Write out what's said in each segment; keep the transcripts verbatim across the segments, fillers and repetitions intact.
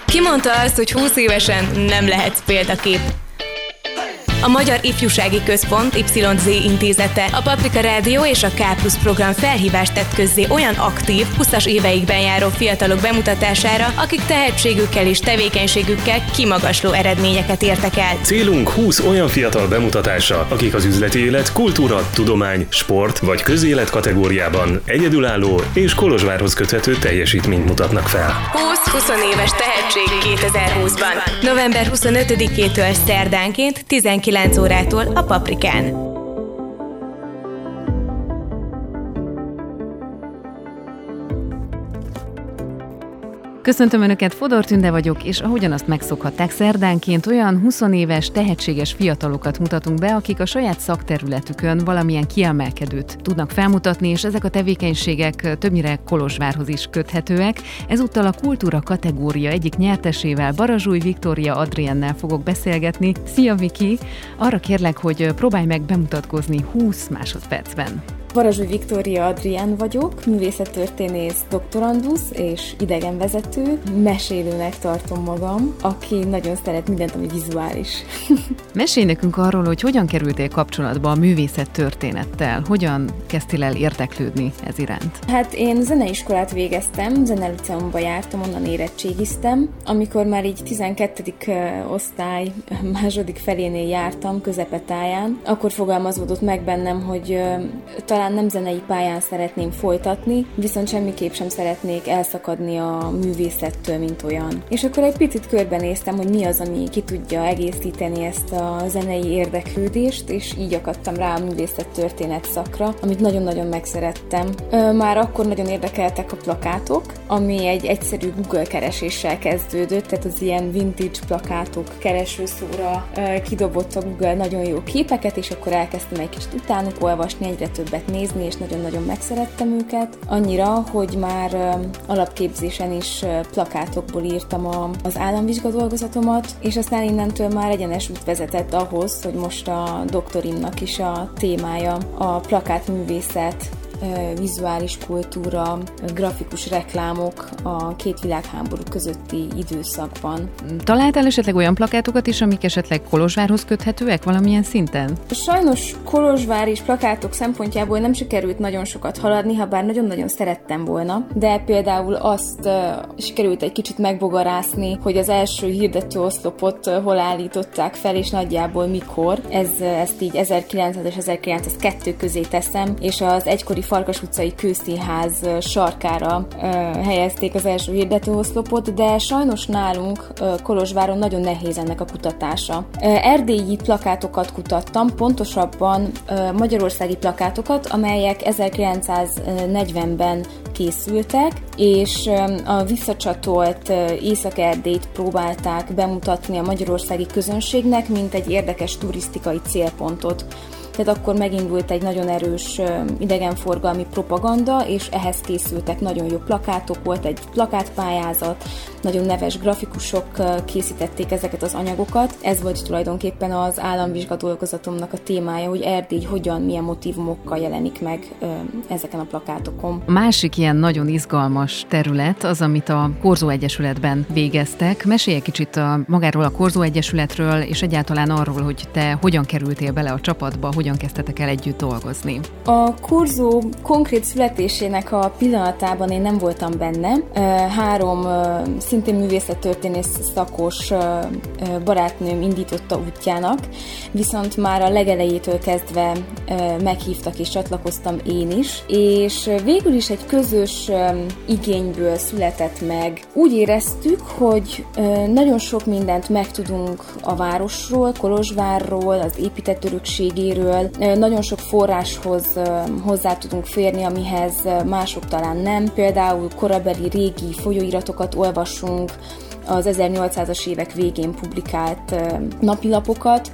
Ki mondta azt, hogy húsz évesen nem lehetsz példakép? A Magyar Ifjúsági Központ Y Z intézete, a Paprika Rádió és a K plusz program felhívást tett közzé olyan aktív, húszas éveikben járó fiatalok bemutatására, akik tehetségükkel és tevékenységükkel kimagasló eredményeket értek el. Célunk húsz olyan fiatal bemutatása, akik az üzleti élet, kultúra, tudomány, sport vagy közélet kategóriában egyedülálló és Kolozsvárhoz köthető teljesítményt mutatnak fel. húsz-húsz éves tehetség kétezer-húszban. november huszonötödikétől szerdánként tizenkilenc órától a Paprikán. Köszöntöm Önöket, Fodor Tünde vagyok, és ahogyan azt megszokhatták, szerdánként olyan húsz éves, tehetséges fiatalokat mutatunk be, akik a saját szakterületükön valamilyen kiemelkedőt tudnak felmutatni, és ezek a tevékenységek többnyire Kolozsvárhoz is köthetőek. Ezúttal a kultúra kategória egyik nyertesével, Barazsúj Viktória Adriennel fogok beszélgetni. Szia Viki! Arra kérlek, hogy próbálj meg bemutatkozni húsz másodpercben. Barazsúj Viktória Adrien vagyok, művészettörténész doktorandusz és idegenvezető, mesélőnek tartom magam, aki nagyon szeret mindent, ami vizuális. Mesélj nekünk arról, hogy hogyan kerültél kapcsolatba a művészettörténettel, hogyan kezdtél el érdeklődni ez iránt? Hát én zeneiskolát végeztem, zeneliceumba jártam, onnan érettségiztem. Amikor már így tizenkettedik osztály második felénél jártam, közepetáján, akkor fogalmazódott meg bennem, hogy talán nem zenei pályán szeretném folytatni, viszont semmiképp sem szeretnék elszakadni a művészettől, mint olyan. És akkor egy picit körbenéztem, hogy mi az, ami ki tudja egészíteni ezt a zenei érdeklődést, és így akadtam rá a művészettörténet szakra, amit nagyon-nagyon megszerettem. Már akkor nagyon érdekeltek a plakátok, ami egy egyszerű Google kereséssel kezdődött, tehát az ilyen vintage plakátok keresőszóra kidobott a Google nagyon jó képeket, és akkor elkezdtem egy kicsit utánuk olvasni, egyre többet nézni, és nagyon-nagyon megszerettem őket. Annyira, hogy már alapképzésen is plakátokból írtam a, az államvizsga dolgozatomat, és aztán innentől már egyenes út vezetett ahhoz, hogy most a doktorimnak is a témája a plakátművészet, vizuális kultúra, grafikus reklámok a két világháború közötti időszakban. Találtál esetleg olyan plakátokat is, amik esetleg Kolozsvárhoz köthetőek valamilyen szinten? Sajnos Kolozsvár és plakátok szempontjából nem sikerült nagyon sokat haladni, ha bár nagyon-nagyon szerettem volna, de például azt uh, sikerült egy kicsit megbogarászni, hogy az első hirdetőoszlopot uh, hol állították fel, és nagyjából mikor. Ez, uh, ezt így ezerkilencszáz és ezerkilencszázkettő közé teszem, és az egykori Farkas utcai Kőszínház sarkára uh, helyezték az első hirdetőoszlopot, de sajnos nálunk uh, Kolozsváron nagyon nehéz ennek a kutatása. Uh, erdélyi plakátokat kutattam, pontosabban uh, magyarországi plakátokat, amelyek ezerkilencszáznegyvenben készültek, és uh, a visszacsatolt uh, Észak-Erdélyt próbálták bemutatni a magyarországi közönségnek, mint egy érdekes turisztikai célpontot. Tehát akkor megindult egy nagyon erős idegenforgalmi propaganda, és ehhez készültek nagyon jó plakátok, volt egy plakátpályázat, nagyon neves grafikusok készítették ezeket az anyagokat. Ez volt tulajdonképpen az államvizsga dolgozatomnak a témája, hogy Erdély hogyan, milyen motívumokkal jelenik meg ezeken a plakátokon. A másik ilyen nagyon izgalmas terület az, amit a Korzó Egyesületben végeztek. Mesélj egy kicsit a, magáról a Korzó Egyesületről, és egyáltalán arról, hogy te hogyan kerültél bele a csapatba, hogyan kezdtetek el együtt dolgozni. A Korzó konkrét születésének a pillanatában én nem voltam benne. Három szintén művészettörténész szakos barátnőm indította útjának, viszont már a legelejétől kezdve meghívtak és csatlakoztam én is, és végül is egy közös igényből született meg. Úgy éreztük, hogy nagyon sok mindent megtudunk a városról, Kolozsvárról, az épített örökségéről, nagyon sok forráshoz hozzá tudunk férni, amihez mások talán nem. Például korabeli régi folyóiratokat olvasunk, az ezernyolcszázas évek végén publikált napilapokat,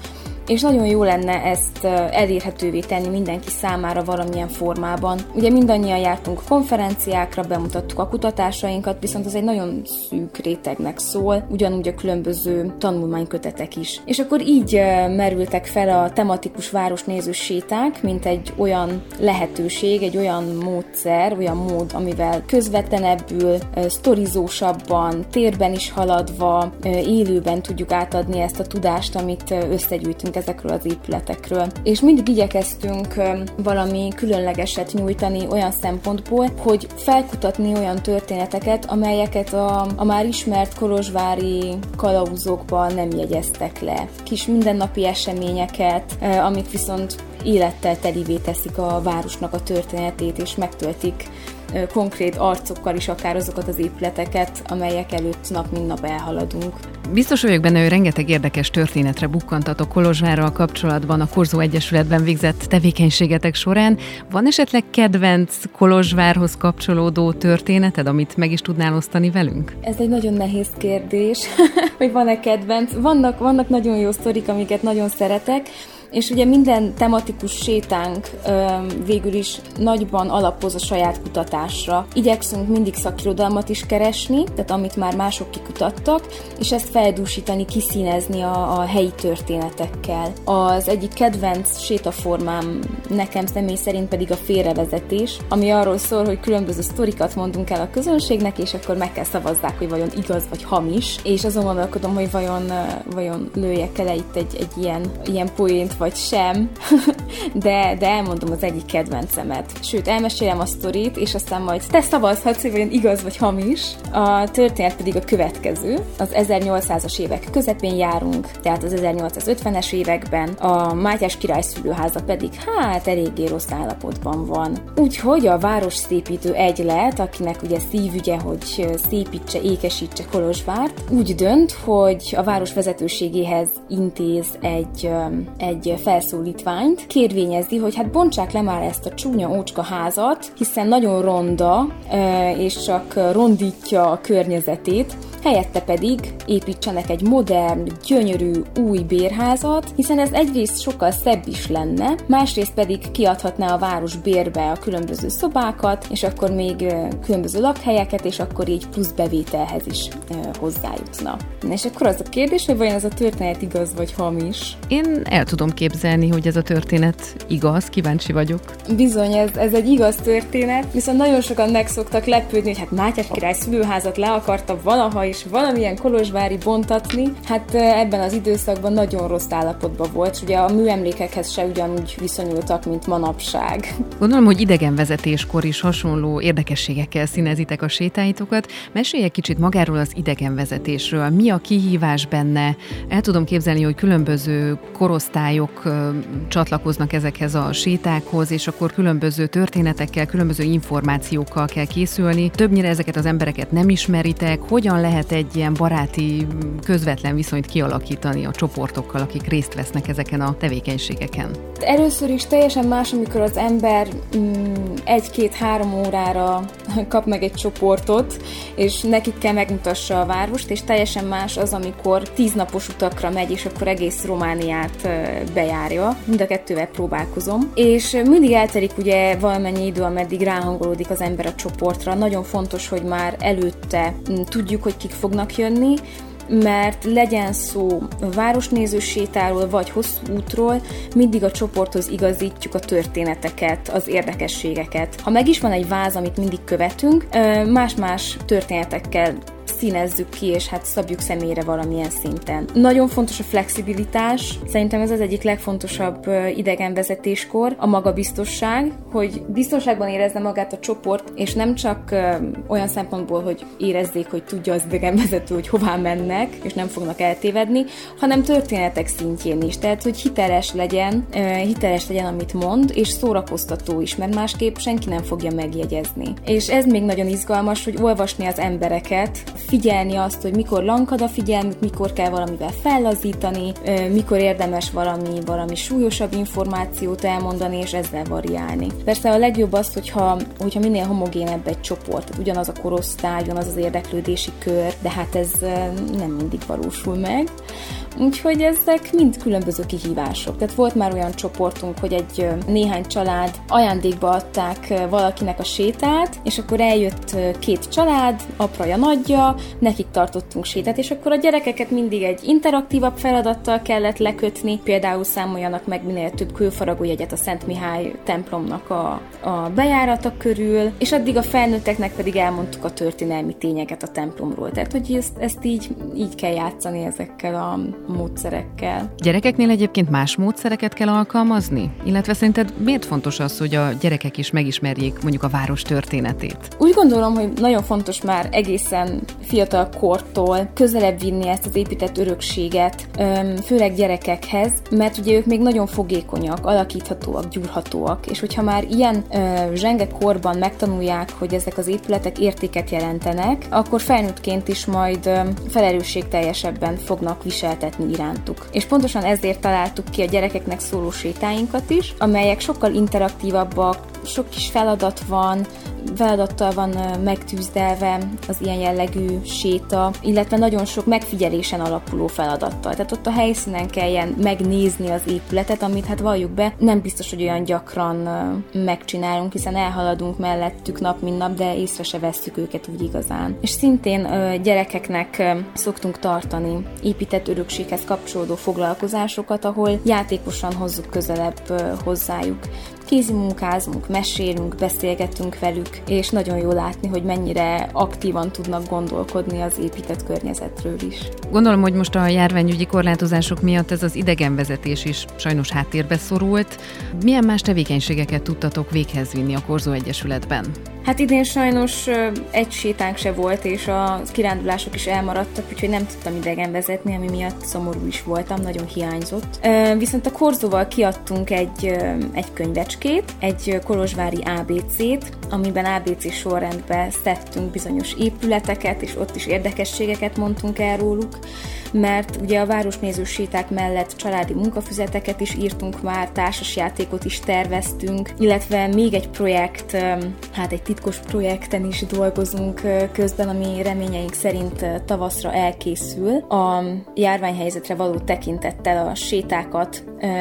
és nagyon jó lenne ezt elérhetővé tenni mindenki számára valamilyen formában. Ugye mindannyian jártunk konferenciákra, bemutattuk a kutatásainkat, viszont az egy nagyon szűk rétegnek szól, ugyanúgy a különböző tanulmánykötetek is. És akkor így merültek fel a tematikus városnézős séták, mint egy olyan lehetőség, egy olyan módszer, olyan mód, amivel közvetlenebbül, sztorizósabban, térben is haladva, élőben tudjuk átadni ezt a tudást, amit összegyűjtünk ezekről az épületekről. És mindig igyekeztünk valami különlegeset nyújtani olyan szempontból, hogy felkutatni olyan történeteket, amelyeket a, a már ismert kolozsvári kalauzokban nem jegyeztek le. Kis mindennapi eseményeket, amik viszont élettel telivé teszik a városnak a történetét, és megtöltik konkrét arcokkal is akár azokat az épületeket, amelyek előtt nap mint nap elhaladunk. Biztos vagyok benne, hogy rengeteg érdekes történetre bukkantatok Kolozsvárral kapcsolatban a Korzó Egyesületben végzett tevékenységetek során. Van esetleg kedvenc Kolozsvárhoz kapcsolódó történeted, amit meg is tudnál osztani velünk? Ez egy nagyon nehéz kérdés, hogy van-e kedvenc. Vannak, vannak nagyon jó sztorik, amiket nagyon szeretek, és ugye minden tematikus sétánk ö, végül is nagyban alapoz a saját kutatásra. Igyekszünk mindig szakirodalmat is keresni, tehát amit már mások kikutattak, és ezt feldúsítani, kiszínezni a, a helyi történetekkel. Az egyik kedvenc sétaformám nekem személy szerint pedig a félrevezetés, ami arról szól, hogy különböző sztorikat mondunk el a közönségnek, és akkor meg kell szavazzák, hogy vajon igaz vagy hamis, és azon gondolkodom, hogy vajon, vajon lőjek el itt egy, egy ilyen, ilyen poént, vagy sem, de, de elmondom az egyik kedvencemet. Sőt, elmesélem a sztorit, és aztán majd te szavazhatsz, hogy vajon igaz vagy hamis. A történet pedig a következő. Az ezernyolcszázas évek közepén járunk, tehát az ezernyolcszázötvenes években, a Mátyás király szülőháza pedig hát eléggé rossz állapotban van. Úgyhogy a városszépítő egylet, akinek ugye szívügye, hogy szépítse, ékesítse Kolozsvárt, úgy dönt, hogy a város vezetőségéhez intéz egy, egy felszólítványt, kérvényezi, hogy hát bontsák le már ezt a csúnya ócska házat, hiszen nagyon ronda, és csak rondítja a környezetét, helyette pedig építsenek egy modern, gyönyörű, új bérházat, hiszen ez egyrészt sokkal szebb is lenne, másrészt pedig kiadhatná a város bérbe a különböző szobákat, és akkor még különböző lakhelyeket, és akkor így plusz bevételhez is hozzájutna. És akkor az a kérdés, hogy vajon ez a történet igaz vagy hamis? Én el tudom képzelni, hogy ez a történet igaz, kíváncsi vagyok. Bizony, ez, ez egy igaz történet, viszont nagyon sokan meg szoktak lepődni, hogy hát Mátyás király szülőházat le akarta valaha is valamilyen kolozsvári bontatni. Hát ebben az időszakban nagyon rossz állapotban volt, ugye a műemlékekhez se ugyanúgy viszonyultak, mint manapság. Gondolom, hogy idegenvezetéskor is hasonló érdekességekkel színezitek a sétáitokat. Mesélj egy kicsit magáról az idegenvezetésről. Mi a kihívás benne? El tudom képzelni, hogy különböző korosztályok csatlakoznak ezekhez a sétákhoz, és akkor különböző történetekkel, különböző információkkal kell készülni. Többnyire ezeket az embereket nem ismeritek. Hogyan lehet egy ilyen baráti, közvetlen viszonyt kialakítani a csoportokkal, akik részt vesznek ezeken a tevékenységeken? Először is teljesen más, amikor az ember mm, egy-két-három órára kap meg egy csoportot, és nekik kell megmutassa a várost, és teljesen más az, amikor tíznapos utakra megy, és akkor egész Romániát bejárja. Mind a kettővel próbálkozom. És mindig eltelik ugye valamennyi idő, ameddig ráhangolódik az ember a csoportra. Nagyon fontos, hogy már előtte tudjuk, hogy kik fognak jönni, mert legyen szó városnéző sétáról vagy hosszú útról, mindig a csoporthoz igazítjuk a történeteket, az érdekességeket. Ha meg is van egy váz, amit mindig követünk, más-más történetekkel színezzük ki, és hát szabjuk személyre valamilyen szinten. Nagyon fontos a flexibilitás, szerintem ez az egyik legfontosabb idegenvezetéskor, a magabiztosság, hogy biztonságban érezze magát a csoport, és nem csak olyan szempontból, hogy érezzék, hogy tudja az idegenvezető, hogy hová mennek, és nem fognak eltévedni, hanem történetek szintjén is, tehát hogy hiteles legyen, hiteles legyen, amit mond, és szórakoztató is, mert másképp senki nem fogja megjegyezni. És ez még nagyon izgalmas, hogy olvasni az embereket, figyelni azt, hogy mikor lankad a figyelmük, mikor kell valamivel fellazítani, mikor érdemes valami, valami súlyosabb információt elmondani, és ezzel variálni. Persze a legjobb az, hogyha, hogyha minél homogénebb egy csoport, ugyanaz a korosztály, ugyanaz az érdeklődési kör, de hát ez nem mindig valósul meg. Úgyhogy ezek mind különböző kihívások. Tehát volt már olyan csoportunk, hogy egy néhány család ajándékba adták valakinek a sétát, és akkor eljött két család, apraja, nagyja, nekik tartottunk sétát, és akkor a gyerekeket mindig egy interaktívabb feladattal kellett lekötni, például számoljanak meg minél több kőfaragójegyet a Szent Mihály templomnak a, a bejárata körül, és addig a felnőtteknek pedig elmondtuk a történelmi tényeket a templomról. Tehát, hogy ezt, ezt így, így kell játszani ezekkel a módszerekkel. Gyerekeknél egyébként más módszereket kell alkalmazni? Illetve szerinted miért fontos az, hogy a gyerekek is megismerjék mondjuk a város történetét? Úgy gondolom, hogy nagyon fontos már egészen fiatal kortól közelebb vinni ezt az épített örökséget, főleg gyerekekhez, mert ugye ők még nagyon fogékonyak, alakíthatóak, gyúrhatóak, és hogyha már ilyen zsenge korban megtanulják, hogy ezek az épületek értéket jelentenek, akkor felnőttként is majd felelősségteljesebben fognak viseltetni irántuk. És pontosan ezért találtuk ki a gyerekeknek szóló sétáinkat is, amelyek sokkal interaktívabbak, sok kis feladat van, feladattal van megtűzdelve az ilyen jellegű séta, illetve nagyon sok megfigyelésen alapuló feladattal. Tehát ott a helyszínen kelljen megnézni az épületet, amit hát valljuk be, nem biztos, hogy olyan gyakran megcsinálunk, hiszen elhaladunk mellettük nap, mint nap, de észre se vesszük őket úgy igazán. És szintén gyerekeknek szoktunk tartani épített örökséghez kapcsolódó foglalkozásokat, ahol játékosan hozzuk közelebb hozzájuk. Kézimunkázunk, mesélünk, beszélgetünk velük, és nagyon jó látni, hogy mennyire aktívan tudnak gondolkodni az épített környezetről is. Gondolom, hogy most a járványügyi korlátozások miatt ez az idegenvezetés is sajnos háttérbe szorult. Milyen más tevékenységeket tudtatok véghez vinni a Korzó Egyesületben? Hát idén sajnos egy sétánk se volt, és a kirándulások is elmaradtak, úgyhogy nem tudtam idegen vezetni, ami miatt szomorú is voltam, nagyon hiányzott. Viszont a Korzóval kiadtunk egy, egy könyvecskét, egy kolozsvári á bé cét, amiben á bé cé sorrendben szedtünk bizonyos épületeket, és ott is érdekességeket mondtunk el róluk, mert ugye a városnéző séták mellett családi munkafüzeteket is írtunk már, társasjátékot is terveztünk, illetve még egy projekt, hát egy titkos projekten is dolgozunk közben, ami reményeink szerint tavaszra elkészül. A járványhelyzetre való tekintettel a sétákat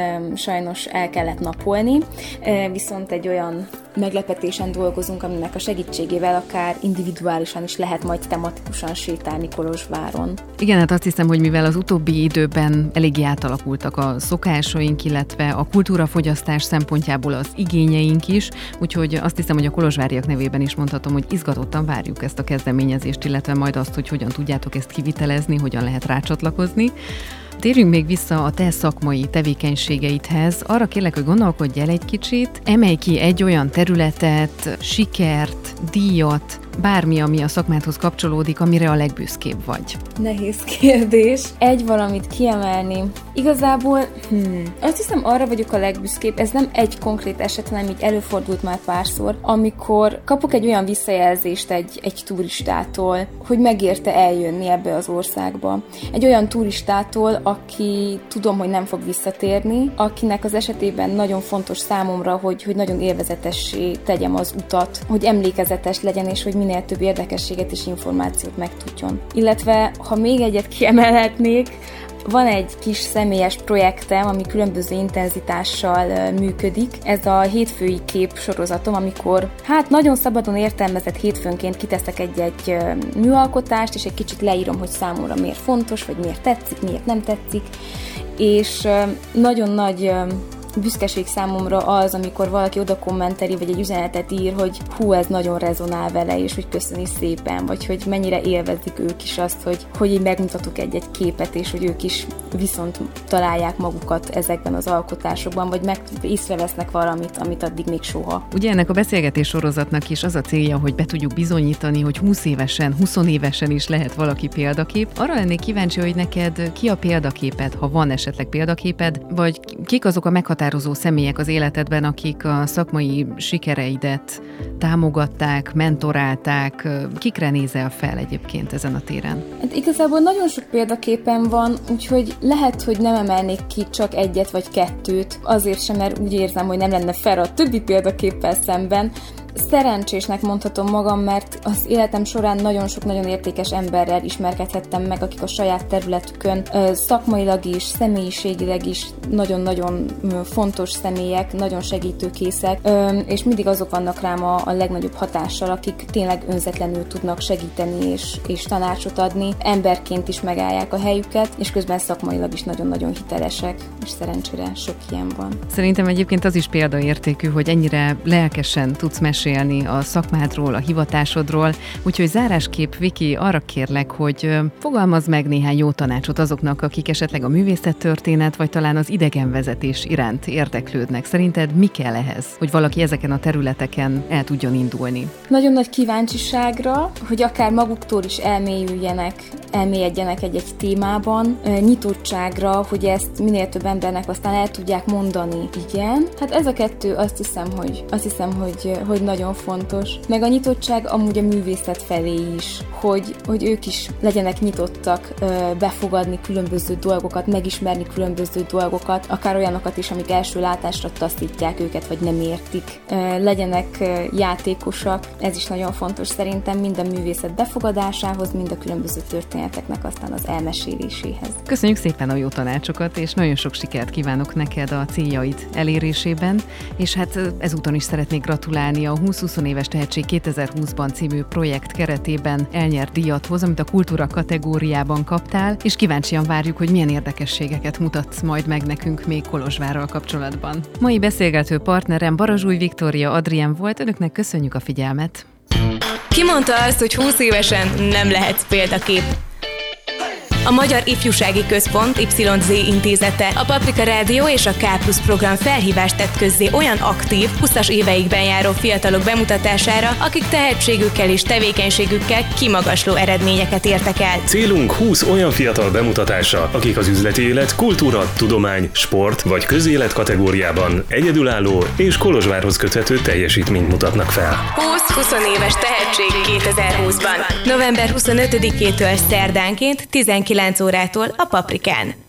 sajnos el kellett napolni, viszont egy olyan meglepetésen dolgozunk, aminek a segítségével akár individuálisan is lehet majd tematikusan sétálni Kolozsváron. Igen, hát azt hiszem, hogy mivel az utóbbi időben eléggé átalakultak a szokásaink, illetve a kultúrafogyasztás szempontjából az igényeink is, úgyhogy azt hiszem, hogy a kolozsváriak nevében is mondhatom, hogy izgatottan várjuk ezt a kezdeményezést, illetve majd azt, hogy hogyan tudjátok ezt kivitelezni, hogyan lehet rácsatlakozni. Térjünk még vissza a te szakmai tevékenységeidhez. Arra kérlek, hogy gondolkodj el egy kicsit, emelj ki egy olyan területet, sikert, díjat, bármi, ami a szakmádhoz kapcsolódik, amire a legbüszkébb vagy. Nehéz kérdés. Egy valamit kiemelni. Igazából, hmm, azt hiszem arra vagyok a legbüszkébb, ez nem egy konkrét eset, hanem így előfordult már párszor, amikor kapok egy olyan visszajelzést egy, egy turistától, hogy megérte eljönni ebbe az országba. Egy olyan turistától, aki tudom, hogy nem fog visszatérni, akinek az esetében nagyon fontos számomra, hogy, hogy nagyon élvezetessé tegyem az utat, hogy emlékezetes legyen, és hogy minél több érdekességet és információt megtudjon. Illetve, ha még egyet kiemelhetnék, van egy kis személyes projektem, ami különböző intenzitással működik. Ez a hétfői kép sorozatom, amikor hát nagyon szabadon értelmezett hétfőnként kiteszek egy-egy műalkotást, és egy kicsit leírom, hogy számomra miért fontos, vagy miért tetszik, miért nem tetszik. És nagyon nagy büszkeség számomra az, amikor valaki oda kommenteli, vagy egy üzenetet ír, hogy hú, ez nagyon rezonál vele, és hogy köszöni szépen, vagy hogy mennyire élvezik ők is azt, hogy, hogy így megmutatok egy-egy képet, és hogy ők is viszont találják magukat ezekben az alkotásokban, vagy meg észrevesznek valamit, amit addig még soha. Ugye ennek a beszélgetés sorozatnak is az a célja, hogy be tudjuk bizonyítani, hogy húsz évesen, húsz évesen is lehet valaki példakép. Arra lennék kíváncsi, hogy neked ki a példaképed, ha van esetleg példaképed, vagy kik azok a meghatározó személyek az életedben, akik a szakmai sikereidet támogatták, mentorálták, kikre nézel fel egyébként ezen a téren? Hát igazából nagyon sok példaképem van, úgyhogy lehet, hogy nem emelnék ki csak egyet vagy kettőt, azért sem, mert úgy érzem, hogy nem lenne fair a többi példaképpel szemben, Szerencsésnek mondhatom magam, mert az életem során nagyon sok nagyon értékes emberrel ismerkedhettem meg, akik a saját területükön szakmailag is, személyiségileg is nagyon-nagyon fontos személyek, nagyon segítőkészek, és mindig azok vannak rám a, a legnagyobb hatással, akik tényleg önzetlenül tudnak segíteni és, és tanácsot adni, emberként is megállják a helyüket, és közben szakmailag is nagyon-nagyon hitelesek, és szerencsére sok ilyen van. Szerintem egyébként az is példaértékű, hogy ennyire lelkesen tudsz mesélni a szakmádról, a hivatásodról, úgyhogy zárásképp, Viki, arra kérlek, hogy fogalmazz meg néhány jó tanácsot azoknak, akik esetleg a művészettörténet, vagy talán az idegenvezetés iránt érdeklődnek. Szerinted mi kell ehhez, hogy valaki ezeken a területeken el tudjon indulni? Nagyon nagy kíváncsiságra, hogy akár maguktól is elmélyüljenek, elmélyedjenek egy-egy témában, nyitottságra, hogy ezt minél több embernek aztán el tudják mondani. Igen, hát ez a kettő azt hiszem, hogy, azt hiszem, hogy, hogy nagyon fontos. Meg a nyitottság amúgy a művészet felé is, hogy, hogy ők is legyenek nyitottak befogadni különböző dolgokat, megismerni különböző dolgokat, akár olyanokat is, amik első látásra taszítják őket, vagy nem értik. Legyenek játékosak, ez is nagyon fontos szerintem mind a művészet befogadásához, mind a különböző történeteknek aztán az elmeséléséhez. Köszönjük szépen a jó tanácsokat, és nagyon sok sikert kívánok neked a céljaid elérésében, és hát ezúton is szeretnék gratulálni a húsz húsz éves tehetség kétezer-húszban című projekt keretében elnyert díjathoz, amit a kultúra kategóriában kaptál, és kíváncsian várjuk, hogy milyen érdekességeket mutatsz majd meg nekünk még Kolozsvárral kapcsolatban. Mai beszélgető partnerem Barazsúj Viktória Adrien volt, önöknek köszönjük a figyelmet. Ki mondta azt, hogy húsz évesen nem lehetsz példakép? A Magyar Ifjúsági Központ Y Z intézete, a Paprika Rádió és a K plusz program felhívást tett közzé olyan aktív, húszas éveikben járó fiatalok bemutatására, akik tehetségükkel és tevékenységükkel kimagasló eredményeket értek el. Célunk húsz olyan fiatal bemutatása, akik az üzleti élet, kultúra, tudomány, sport vagy közélet kategóriában egyedülálló és Kolozsvárhoz köthető teljesítményt mutatnak fel. húsz-húsz éves tehetség kétezer-húszban. november huszonötödikétől szerdánként tizenkilenc órától a Paprikán.